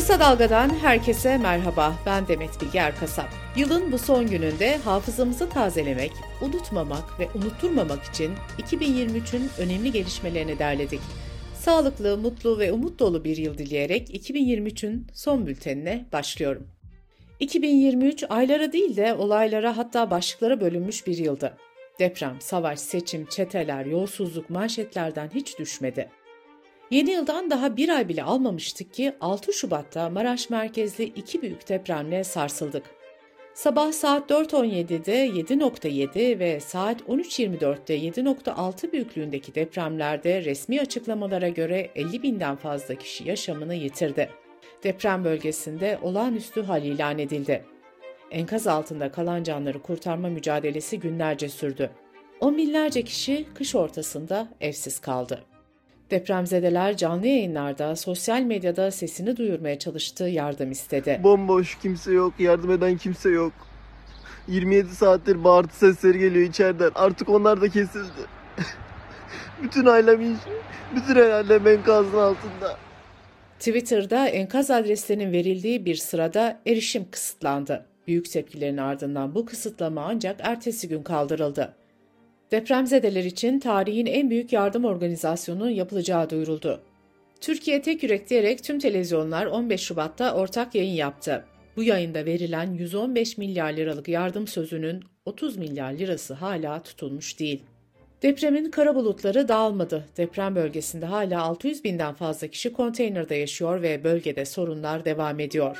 Kısa Dalga'dan herkese merhaba, ben Demet Bilge Erkasap. Yılın bu son gününde hafızamızı tazelemek, unutmamak ve unutturmamak için 2023'ün önemli gelişmelerini derledik. Sağlıklı, mutlu ve umut dolu bir yıl dileyerek 2023'ün son bültenine başlıyorum. 2023 aylara değil de olaylara, hatta başlıklara bölünmüş bir yıldı. Deprem, savaş, seçim, çeteler, yolsuzluk manşetlerden hiç düşmedi. Yeni yıldan daha bir ay bile almamıştık ki 6 Şubat'ta Maraş merkezli iki büyük depremle sarsıldık. Sabah saat 4.17'de 7.7 ve saat 13.24'te 7.6 büyüklüğündeki depremlerde resmi açıklamalara göre 50 binden fazla kişi yaşamını yitirdi. Deprem bölgesinde olağanüstü hal ilan edildi. Enkaz altında kalan canları kurtarma mücadelesi günlerce sürdü. On binlerce kişi kış ortasında evsiz kaldı. Depremzedeler canlı yayınlarda, sosyal medyada sesini duyurmaya çalıştı, yardım istedi. Bomboş, kimse yok, yardım eden kimse yok. 27 saattir bağırtı sesleri geliyor içeriden. Artık onlar da kesildi. Bütün ailem enkazın altında. Twitter'da enkaz adreslerinin verildiği bir sırada erişim kısıtlandı. Büyük tepkilerin ardından bu kısıtlama ancak ertesi gün kaldırıldı. Depremzedeler için tarihin en büyük yardım organizasyonunun yapılacağı duyuruldu. Türkiye tek yürek diyerek tüm televizyonlar 15 Şubat'ta ortak yayın yaptı. Bu yayında verilen 115 milyar liralık yardım sözünün 30 milyar lirası hala tutulmuş değil. Depremin kara bulutları dağılmadı. Deprem bölgesinde hala 600 binden fazla kişi konteynerde yaşıyor ve bölgede sorunlar devam ediyor.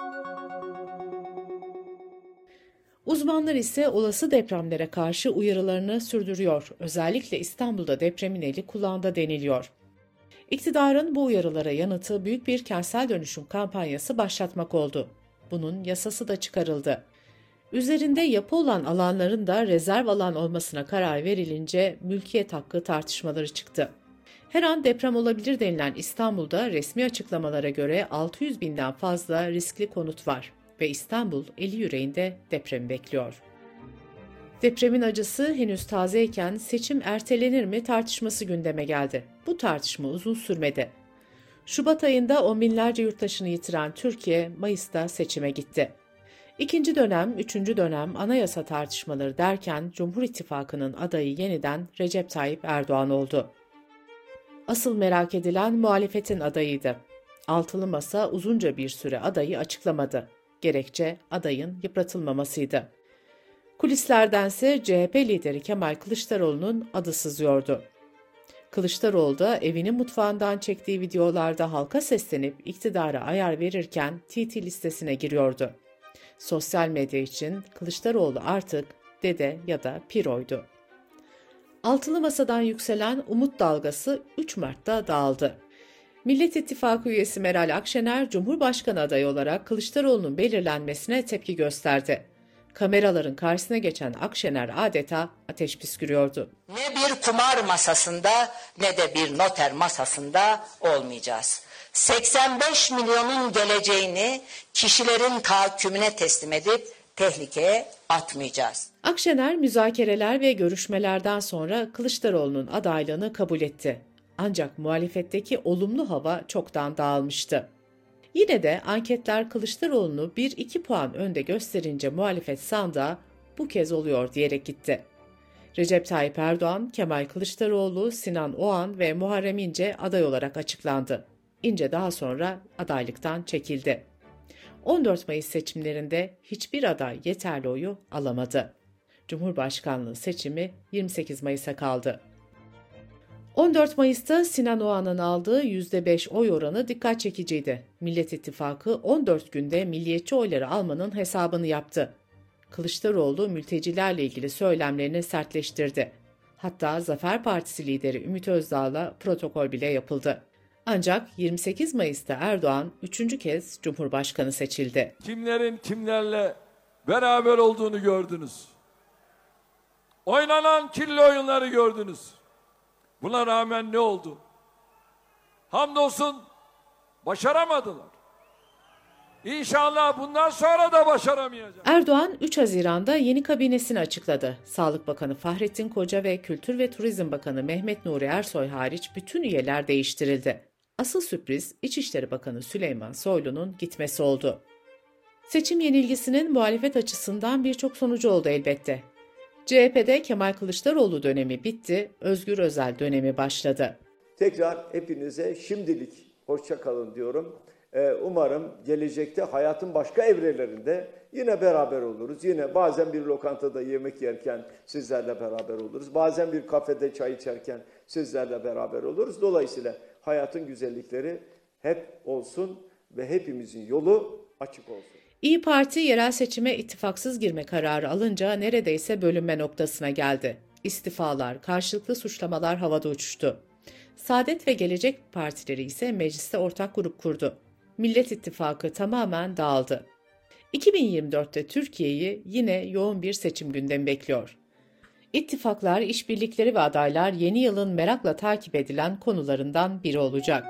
Uzmanlar ise olası depremlere karşı uyarılarını sürdürüyor. Özellikle İstanbul'da depremin eli kulağında deniliyor. İktidarın bu uyarılara yanıtı büyük bir kentsel dönüşüm kampanyası başlatmak oldu. Bunun yasası da çıkarıldı. Üzerinde yapı olan alanların da rezerv alan olmasına karar verilince mülkiyet hakkı tartışmaları çıktı. Her an deprem olabilir denilen İstanbul'da resmi açıklamalara göre 600 binden fazla riskli konut var ve İstanbul eli yüreğinde depremi bekliyor. Depremin acısı henüz tazeyken seçim ertelenir mi tartışması gündeme geldi. Bu tartışma uzun sürmedi. Şubat ayında on binlerce yurttaşını yitiren Türkiye, Mayıs'ta seçime gitti. İkinci dönem, üçüncü dönem anayasa tartışmaları derken Cumhur İttifakı'nın adayı yeniden Recep Tayyip Erdoğan oldu. Asıl merak edilen muhalefetin adayıydı. Altılı Masa uzunca bir süre adayı açıklamadı. Gerekçe adayın yıpratılmamasıydı. Kulislerdense CHP lideri Kemal Kılıçdaroğlu'nun adı sızıyordu. Kılıçdaroğlu da evinin mutfağından çektiği videolarda halka seslenip iktidara ayar verirken TT listesine giriyordu. Sosyal medya için Kılıçdaroğlu artık dede ya da piroydu. Altılı Masa'dan yükselen umut dalgası 3 Mart'ta dağıldı. Millet İttifakı üyesi Meral Akşener, Cumhurbaşkanı adayı olarak Kılıçdaroğlu'nun belirlenmesine tepki gösterdi. Kameraların karşısına geçen Akşener adeta ateş püskürüyordu. Ne bir kumar masasında ne de bir noter masasında olmayacağız. 85 milyonun geleceğini kişilerin tahakkümüne teslim edip tehlikeye atmayacağız. Akşener müzakereler ve görüşmelerden sonra Kılıçdaroğlu'nun adaylığını kabul etti. Ancak muhalefetteki olumlu hava çoktan dağılmıştı. Yine de anketler Kılıçdaroğlu'nu 1-2 puan önde gösterince muhalefet sandığa bu kez oluyor diyerek gitti. Recep Tayyip Erdoğan, Kemal Kılıçdaroğlu, Sinan Oğan ve Muharrem İnce aday olarak açıklandı. İnce daha sonra adaylıktan çekildi. 14 Mayıs seçimlerinde hiçbir aday yeterli oyu alamadı. Cumhurbaşkanlığı seçimi 28 Mayıs'a kaldı. 14 Mayıs'ta Sinan Oğan'ın aldığı %5 oy oranı dikkat çekiciydi. Millet İttifakı 14 günde milliyetçi oyları almanın hesabını yaptı. Kılıçdaroğlu mültecilerle ilgili söylemlerini sertleştirdi. Hatta Zafer Partisi lideri Ümit Özdağ'la protokol bile yapıldı. Ancak 28 Mayıs'ta Erdoğan 3. kez Cumhurbaşkanı seçildi. Kimlerin kimlerle beraber olduğunu gördünüz. Oynanan kirli oyunları gördünüz. Buna rağmen ne oldu? Hamdolsun başaramadılar. İnşallah bundan sonra da başaramayacak. Erdoğan 3 Haziran'da yeni kabinesini açıkladı. Sağlık Bakanı Fahrettin Koca ve Kültür ve Turizm Bakanı Mehmet Nuri Ersoy hariç bütün üyeler değiştirildi. Asıl sürpriz İçişleri Bakanı Süleyman Soylu'nun gitmesi oldu. Seçim yenilgisinin muhalefet açısından birçok sonucu oldu elbette. CHP'de Kemal Kılıçdaroğlu dönemi bitti, Özgür Özel dönemi başladı. Tekrar hepinize şimdilik hoşça kalın diyorum. Umarım gelecekte hayatın başka evrelerinde yine beraber oluruz. Yine bazen bir lokantada yemek yerken sizlerle beraber oluruz. Bazen bir kafede çay içerken sizlerle beraber oluruz. Dolayısıyla hayatın güzellikleri hep olsun ve hepimizin yolu açık olsun. İYİ Parti yerel seçime ittifaksız girme kararı alınca neredeyse bölünme noktasına geldi. İstifalar, karşılıklı suçlamalar havada uçuştu. Saadet ve Gelecek partileri ise mecliste ortak grup kurdu. Millet İttifakı tamamen dağıldı. 2024'te Türkiye'yi yine yoğun bir seçim gündemi bekliyor. İttifaklar, işbirlikleri ve adaylar yeni yılın merakla takip edilen konularından biri olacak.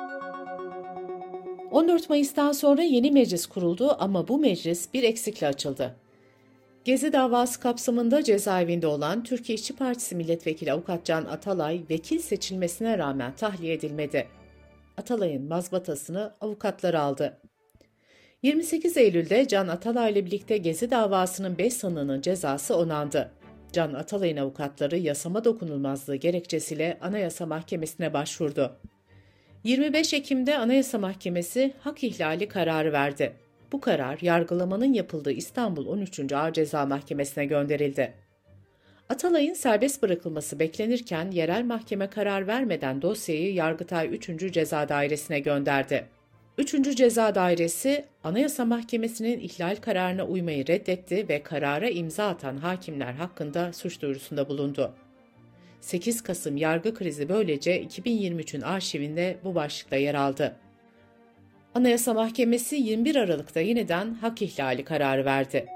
14 Mayıs'tan sonra yeni meclis kuruldu ama bu meclis bir eksikle açıldı. Gezi davası kapsamında cezaevinde olan Türkiye İşçi Partisi Milletvekili Avukat Can Atalay, vekil seçilmesine rağmen tahliye edilmedi. Atalay'ın mazbatasını avukatlar aldı. 28 Eylül'de Can Atalay ile birlikte Gezi davasının 5 sanığının cezası onandı. Can Atalay'ın avukatları yasama dokunulmazlığı gerekçesiyle Anayasa Mahkemesi'ne başvurdu. 25 Ekim'de Anayasa Mahkemesi hak ihlali kararı verdi. Bu karar yargılamanın yapıldığı İstanbul 13. Ağır Ceza Mahkemesi'ne gönderildi. Atalay'ın serbest bırakılması beklenirken yerel mahkeme karar vermeden dosyayı Yargıtay 3. Ceza Dairesi'ne gönderdi. 3. Ceza Dairesi, Anayasa Mahkemesi'nin ihlal kararına uymayı reddetti ve karara imza atan hakimler hakkında suç duyurusunda bulundu. 8 Kasım yargı krizi böylece 2023'ün arşivinde bu başlıkla yer aldı. Anayasa Mahkemesi 21 Aralık'ta yeniden hak ihlali kararı verdi.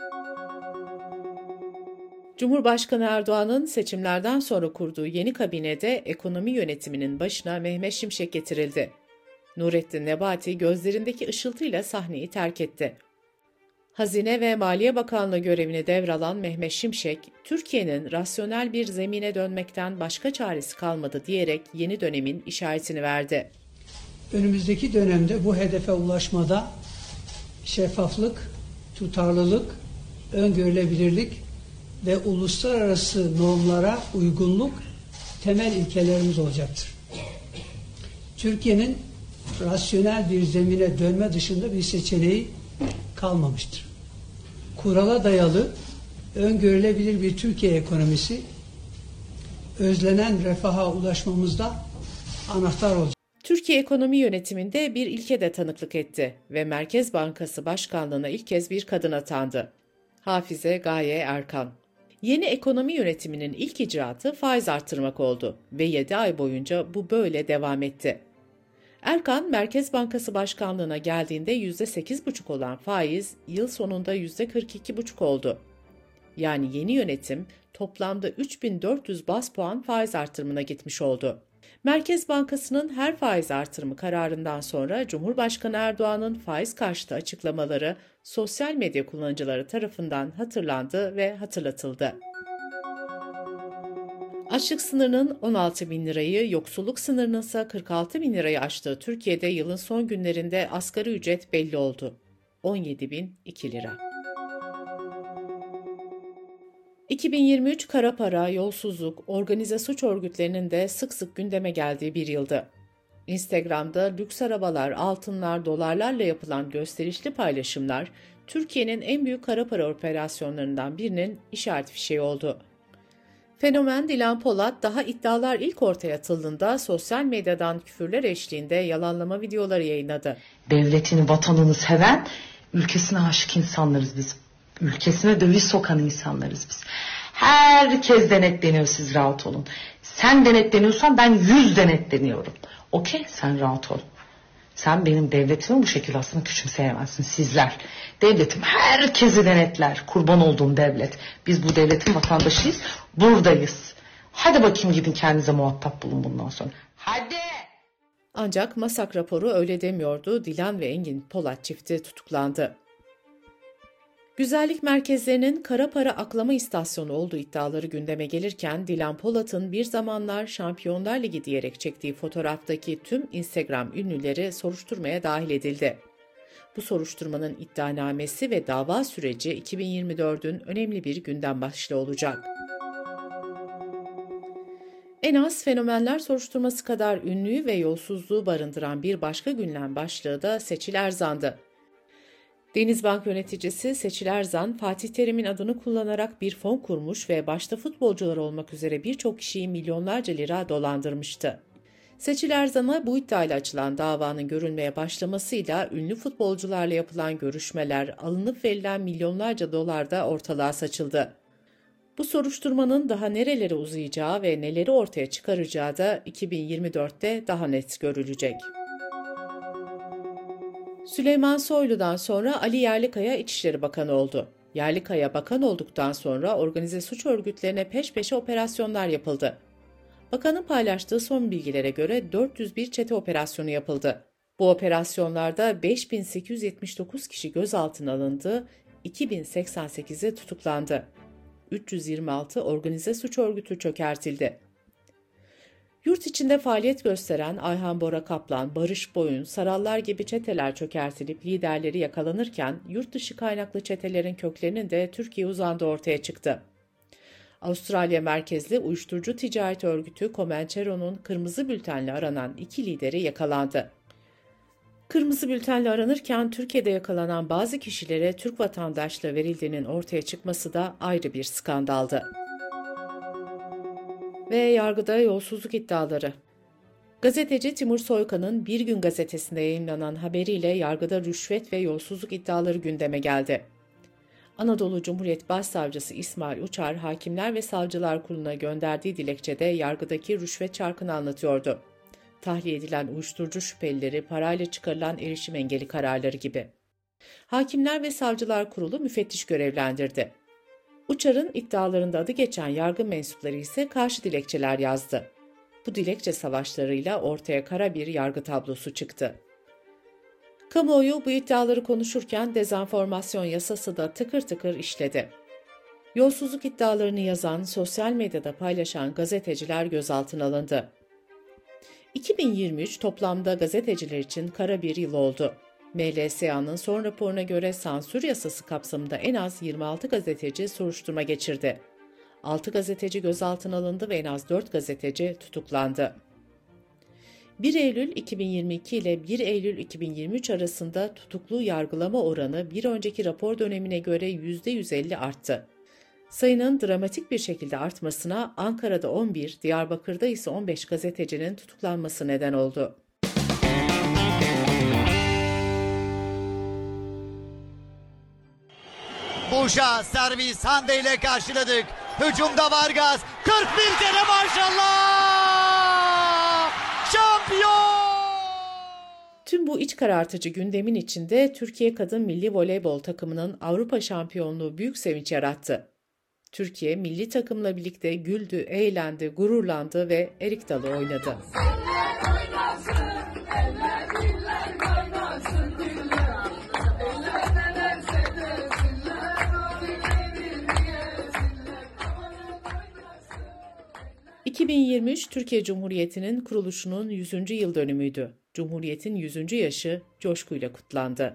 Cumhurbaşkanı Erdoğan'ın seçimlerden sonra kurduğu yeni kabinede ekonomi yönetiminin başına Mehmet Şimşek getirildi. Nurettin Nebati gözlerindeki ışıltıyla sahneyi terk etti. Hazine ve Maliye Bakanlığı görevini devralan Mehmet Şimşek, Türkiye'nin rasyonel bir zemine dönmekten başka çaresi kalmadı diyerek yeni dönemin işaretini verdi. Önümüzdeki dönemde bu hedefe ulaşmada şeffaflık, tutarlılık, öngörülebilirlik ve uluslararası normlara uygunluk temel ilkelerimiz olacaktır. Türkiye'nin rasyonel bir zemine dönme dışında bir seçeneği kalmamıştır. Kurala dayalı, öngörülebilir bir Türkiye ekonomisi, özlenen refaha ulaşmamızda anahtar olacak. Türkiye ekonomi yönetiminde bir ilke de tanıklık etti ve Merkez Bankası Başkanlığı'na ilk kez bir kadın atandı. Hafize Gaye Erkan. Yeni ekonomi yönetiminin ilk icraatı faiz artırmak oldu ve 7 ay boyunca bu böyle devam etti. Erkan, Merkez Bankası Başkanlığı'na geldiğinde %8,5 olan faiz yıl sonunda %42,5 oldu. Yani yeni yönetim toplamda 3.400 baz puan faiz artırımına gitmiş oldu. Merkez Bankası'nın her faiz artırımı kararından sonra Cumhurbaşkanı Erdoğan'ın faiz karşıtı açıklamaları sosyal medya kullanıcıları tarafından hatırlandı ve hatırlatıldı. Açlık sınırının 16 bin lirayı, yoksulluk sınırının ise 46 bin lirayı aştığı Türkiye'de yılın son günlerinde asgari ücret belli oldu. 17.002 lira. 2023 kara para, yolsuzluk, organize suç örgütlerinin de sık sık gündeme geldiği bir yıldı. Instagram'da lüks arabalar, altınlar, dolarlarla yapılan gösterişli paylaşımlar, Türkiye'nin en büyük kara para operasyonlarından birinin işaret fişeği oldu. Fenomen Dilan Polat daha iddialar ilk ortaya atıldığında sosyal medyadan küfürler eşliğinde yalanlama videoları yayınladı. Devletini, vatanını seven, ülkesine aşık insanlarız biz. Ülkesine döviz sokan insanlarız biz. Herkes denetleniyor, siz rahat olun. Sen denetleniyorsan ben 100 denetleniyorum. Okey, sen rahat ol. Sen benim devletimi bu şekilde aslında küçümseyemezsin, sizler. Devletim herkesi denetler. Kurban olduğum devlet. Biz bu devletin vatandaşıyız. Buradayız. Hadi bakayım, gidin kendinize muhatap bulun bundan sonra. Hadi. Ancak MASAK raporu öyle demiyordu. Dilan ve Engin Polat çifti tutuklandı. Güzellik merkezlerinin kara para aklama istasyonu olduğu iddiaları gündeme gelirken Dilan Polat'ın bir zamanlar Şampiyonlar Ligi diyerek çektiği fotoğraftaki tüm Instagram ünlüleri soruşturmaya dahil edildi. Bu soruşturmanın iddianamesi ve dava süreci 2024'ün önemli bir gündem başlığı olacak. En az fenomenler soruşturması kadar ünlüyü ve yolsuzluğu barındıran bir başka gündem başlığı da Seçil Erzan'dı. Denizbank yöneticisi Seçil Erzan, Fatih Terim'in adını kullanarak bir fon kurmuş ve başta futbolcular olmak üzere birçok kişiyi milyonlarca lira dolandırmıştı. Seçil Erzan'a bu iddiayla açılan davanın görülmeye başlamasıyla ünlü futbolcularla yapılan görüşmeler, alınıp verilen milyonlarca dolar da ortalığa saçıldı. Bu soruşturmanın daha nerelere uzayacağı ve neleri ortaya çıkaracağı da 2024'te daha net görülecek. Süleyman Soylu'dan sonra Ali Yerlikaya İçişleri Bakanı oldu. Yerlikaya bakan olduktan sonra organize suç örgütlerine peş peşe operasyonlar yapıldı. Bakanın paylaştığı son bilgilere göre 401 çete operasyonu yapıldı. Bu operasyonlarda 5879 kişi gözaltına alındı, 2088'i tutuklandı. 326 organize suç örgütü çökertildi. Yurt içinde faaliyet gösteren Ayhan Bora Kaplan, Barış Boyun, Sarallar gibi çeteler çökertilip liderleri yakalanırken yurt dışı kaynaklı çetelerin köklerinin de Türkiye uzandığı ortaya çıktı. Avustralya merkezli uyuşturucu ticaret örgütü Comanchero'nun kırmızı bültenle aranan 2 lideri yakalandı. Kırmızı bültenle aranırken Türkiye'de yakalanan bazı kişilere Türk vatandaşlığı verildiğinin ortaya çıkması da ayrı bir skandaldı. Ve yargıda yolsuzluk iddiaları. Gazeteci Timur Soykan'ın Bir Gün gazetesinde yayımlanan haberiyle yargıda rüşvet ve yolsuzluk iddiaları gündeme geldi. Anadolu Cumhuriyet Başsavcısı İsmail Uçar, Hakimler ve Savcılar Kurulu'na gönderdiği dilekçede yargıdaki rüşvet çarkını anlatıyordu. Tahliye edilen uyuşturucu şüphelileri, parayla çıkarılan erişim engeli kararları gibi. Hakimler ve Savcılar Kurulu müfettiş görevlendirdi. Uçar'ın iddialarında adı geçen yargı mensupları ise karşı dilekçeler yazdı. Bu dilekçe savaşlarıyla ortaya kara bir yargı tablosu çıktı. Kamuoyu bu iddiaları konuşurken dezenformasyon yasası da tıkır tıkır işledi. Yolsuzluk iddialarını yazan, sosyal medyada paylaşan gazeteciler gözaltına alındı. 2023 toplamda gazeteciler için kara bir yıl oldu. MLSA'nın son raporuna göre sansür yasası kapsamında en az 26 gazeteci soruşturma geçirdi. 6 gazeteci gözaltına alındı ve en az 4 gazeteci tutuklandı. 1 Eylül 2022 ile 1 Eylül 2023 arasında tutuklu yargılama oranı bir önceki rapor dönemine göre %150 arttı. Sayının dramatik bir şekilde artmasına Ankara'da 11, Diyarbakır'da ise 15 gazetecinin tutuklanması neden oldu. Boşa servis Hande ile karşıladık. Hücumda Vargas. 41 kere maşallah! Şampiyon! Tüm bu iç karartıcı gündemin içinde Türkiye Kadın Milli Voleybol takımının Avrupa şampiyonluğu büyük sevinç yarattı. Türkiye milli takımla birlikte güldü, eğlendi, gururlandı ve erik dalı oynadı. 2023 Türkiye Cumhuriyeti'nin kuruluşunun 100. yıl dönümüydü. Cumhuriyetin 100. yaşı coşkuyla kutlandı.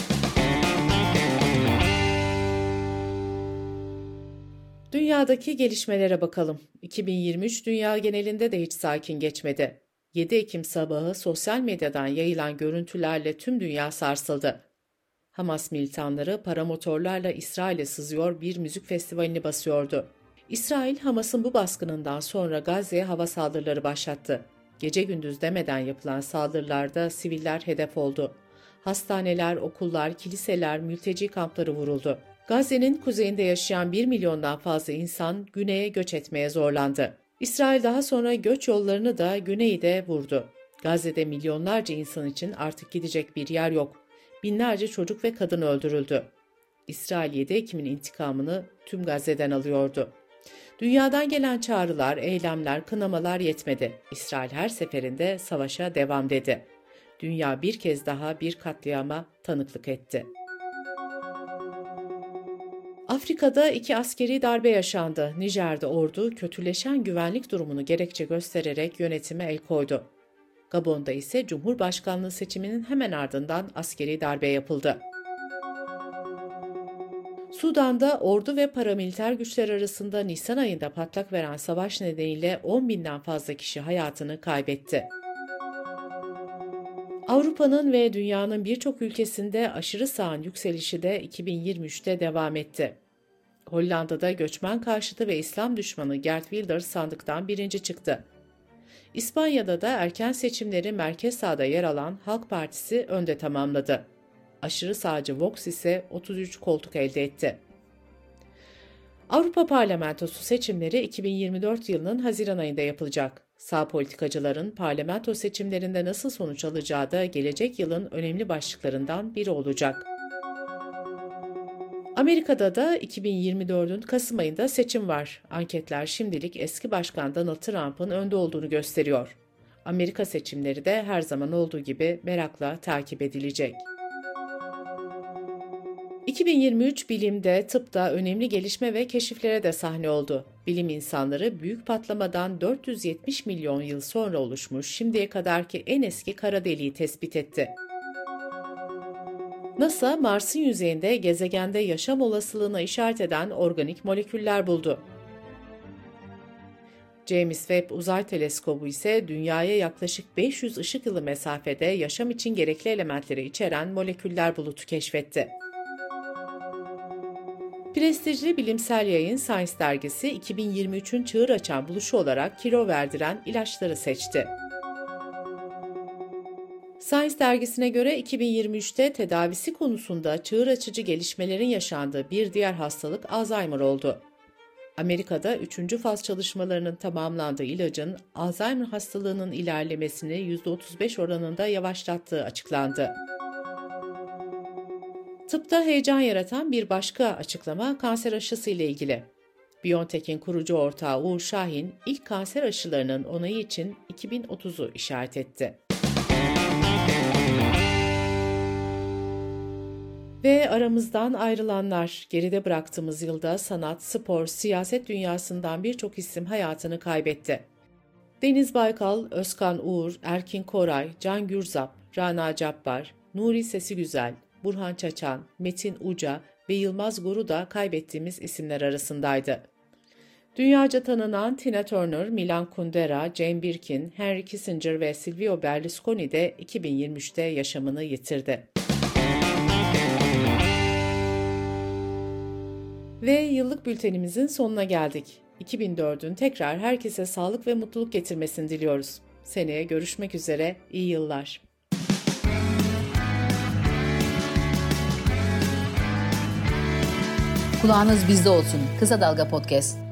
Dünyadaki gelişmelere bakalım. 2023 dünya genelinde de hiç sakin geçmedi. 7 Ekim sabahı sosyal medyadan yayılan görüntülerle tüm dünya sarsıldı. Hamas militanları paramotorlarla İsrail'e sızıyor, bir müzik festivalini basıyordu. İsrail, Hamas'ın bu baskınından sonra Gazze'ye hava saldırıları başlattı. Gece gündüz demeden yapılan saldırılarda siviller hedef oldu. Hastaneler, okullar, kiliseler, mülteci kampları vuruldu. Gazze'nin kuzeyinde yaşayan 1 milyondan fazla insan güneye göç etmeye zorlandı. İsrail daha sonra göç yollarını da güneyde vurdu. Gazze'de milyonlarca insan için artık gidecek bir yer yok. Binlerce çocuk ve kadın öldürüldü. İsrail 7 Ekim'in intikamını tüm Gazze'den alıyordu. Dünyadan gelen çağrılar, eylemler, kınamalar yetmedi. İsrail her seferinde savaşa devam dedi. Dünya bir kez daha bir katliama tanıklık etti. Afrika'da 2 askeri darbe yaşandı. Nijer'de ordu kötüleşen güvenlik durumunu gerekçe göstererek yönetime el koydu. Gabon'da ise Cumhurbaşkanlığı seçiminin hemen ardından askeri darbe yapıldı. Sudan'da ordu ve paramiliter güçler arasında Nisan ayında patlak veren savaş nedeniyle 10.000'den fazla kişi hayatını kaybetti. Avrupa'nın ve dünyanın birçok ülkesinde aşırı sağın yükselişi de 2023'te devam etti. Hollanda'da göçmen karşıtı ve İslam düşmanı Geert Wilders sandıktan birinci çıktı. İspanya'da da erken seçimleri merkez sağda yer alan Halk Partisi önde tamamladı. Aşırı sağcı Vox ise 33 koltuk elde etti. Avrupa Parlamentosu seçimleri 2024 yılının Haziran ayında yapılacak. Sağ politikacıların parlamento seçimlerinde nasıl sonuç alacağı da gelecek yılın önemli başlıklarından biri olacak. Amerika'da da 2024'ün Kasım ayında seçim var. Anketler şimdilik eski başkan Donald Trump'ın önde olduğunu gösteriyor. Amerika seçimleri de her zaman olduğu gibi merakla takip edilecek. 2023 bilimde, tıpta önemli gelişme ve keşiflere de sahne oldu. Bilim insanları büyük patlamadan 470 milyon yıl sonra oluşmuş şimdiye kadarki en eski kara deliği tespit etti. NASA, Mars'ın yüzeyinde gezegende yaşam olasılığına işaret eden organik moleküller buldu. James Webb Uzay Teleskobu ise Dünya'ya yaklaşık 500 ışık yılı mesafede yaşam için gerekli elementleri içeren moleküller bulutu keşfetti. Prestijli bilimsel yayın Science dergisi 2023'ün çığır açan buluşu olarak kilo verdiren ilaçları seçti. Science dergisine göre 2023'te tedavisi konusunda çığır açıcı gelişmelerin yaşandığı bir diğer hastalık Alzheimer oldu. Amerika'da 3. faz çalışmalarının tamamlandığı ilacın Alzheimer hastalığının ilerlemesini %35 oranında yavaşlattığı açıklandı. Tıpta heyecan yaratan bir başka açıklama kanser aşısı ile ilgili. BioNTech'in kurucu ortağı Uğur Şahin, ilk kanser aşılarının onayı için 2030'u işaret etti. Ve aramızdan ayrılanlar, geride bıraktığımız yılda sanat, spor, siyaset dünyasından birçok isim hayatını kaybetti. Deniz Baykal, Özkan Uğur, Erkin Koray, Can Gürzap, Rana Cabbar, Nuri Sesiguzel, Burhan Çaçan, Metin Uca ve Yılmaz Gur'u da kaybettiğimiz isimler arasındaydı. Dünyaca tanınan Tina Turner, Milan Kundera, Jane Birkin, Henry Kissinger ve Silvio Berlusconi de 2023'te yaşamını yitirdi. Ve yıllık bültenimizin sonuna geldik. 2004'ün tekrar herkese sağlık ve mutluluk getirmesini diliyoruz. Seneye görüşmek üzere, iyi yıllar. Kulağınız bizde olsun. Kısa Dalga Podcast.